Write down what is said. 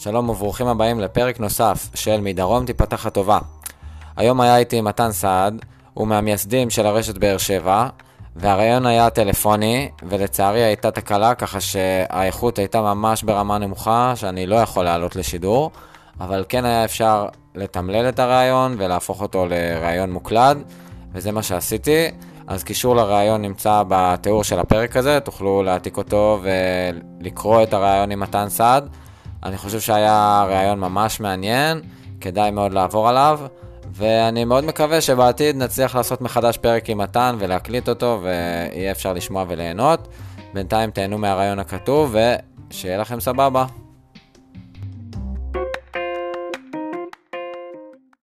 שלום וברוכים הבאים לפרק נוסף של מדרום תיפתח הטובה. היום היה איתי מתן סעד, הוא מהמייסדים של הרשת באר שבע, והרעיון היה טלפוני, ולצערי הייתה תקלה, ככה שהאיכות הייתה ממש ברמה נמוכה, שאני לא יכול לעלות לשידור, אבל כן היה אפשר לתמלל את הרעיון ולהפוך אותו לרעיון מוקלד, וזה מה שעשיתי. אז קישור לרעיון נמצא בתיאור של הפרק הזה, תוכלו להעתיק אותו ולקרוא את הרעיון עם מתן סעד. אני חושב שהיה רעיון ממש מעניין, כדאי מאוד לעבור עליו, ואני מאוד מקווה שבעתיד נצליח לעשות מחדש פרק עם מתן ולהקליט אותו, ויהיה אפשר לשמוע וליהנות. בינתיים תהנו מהרעיון הכתוב, ושיהיה לכם סבבה.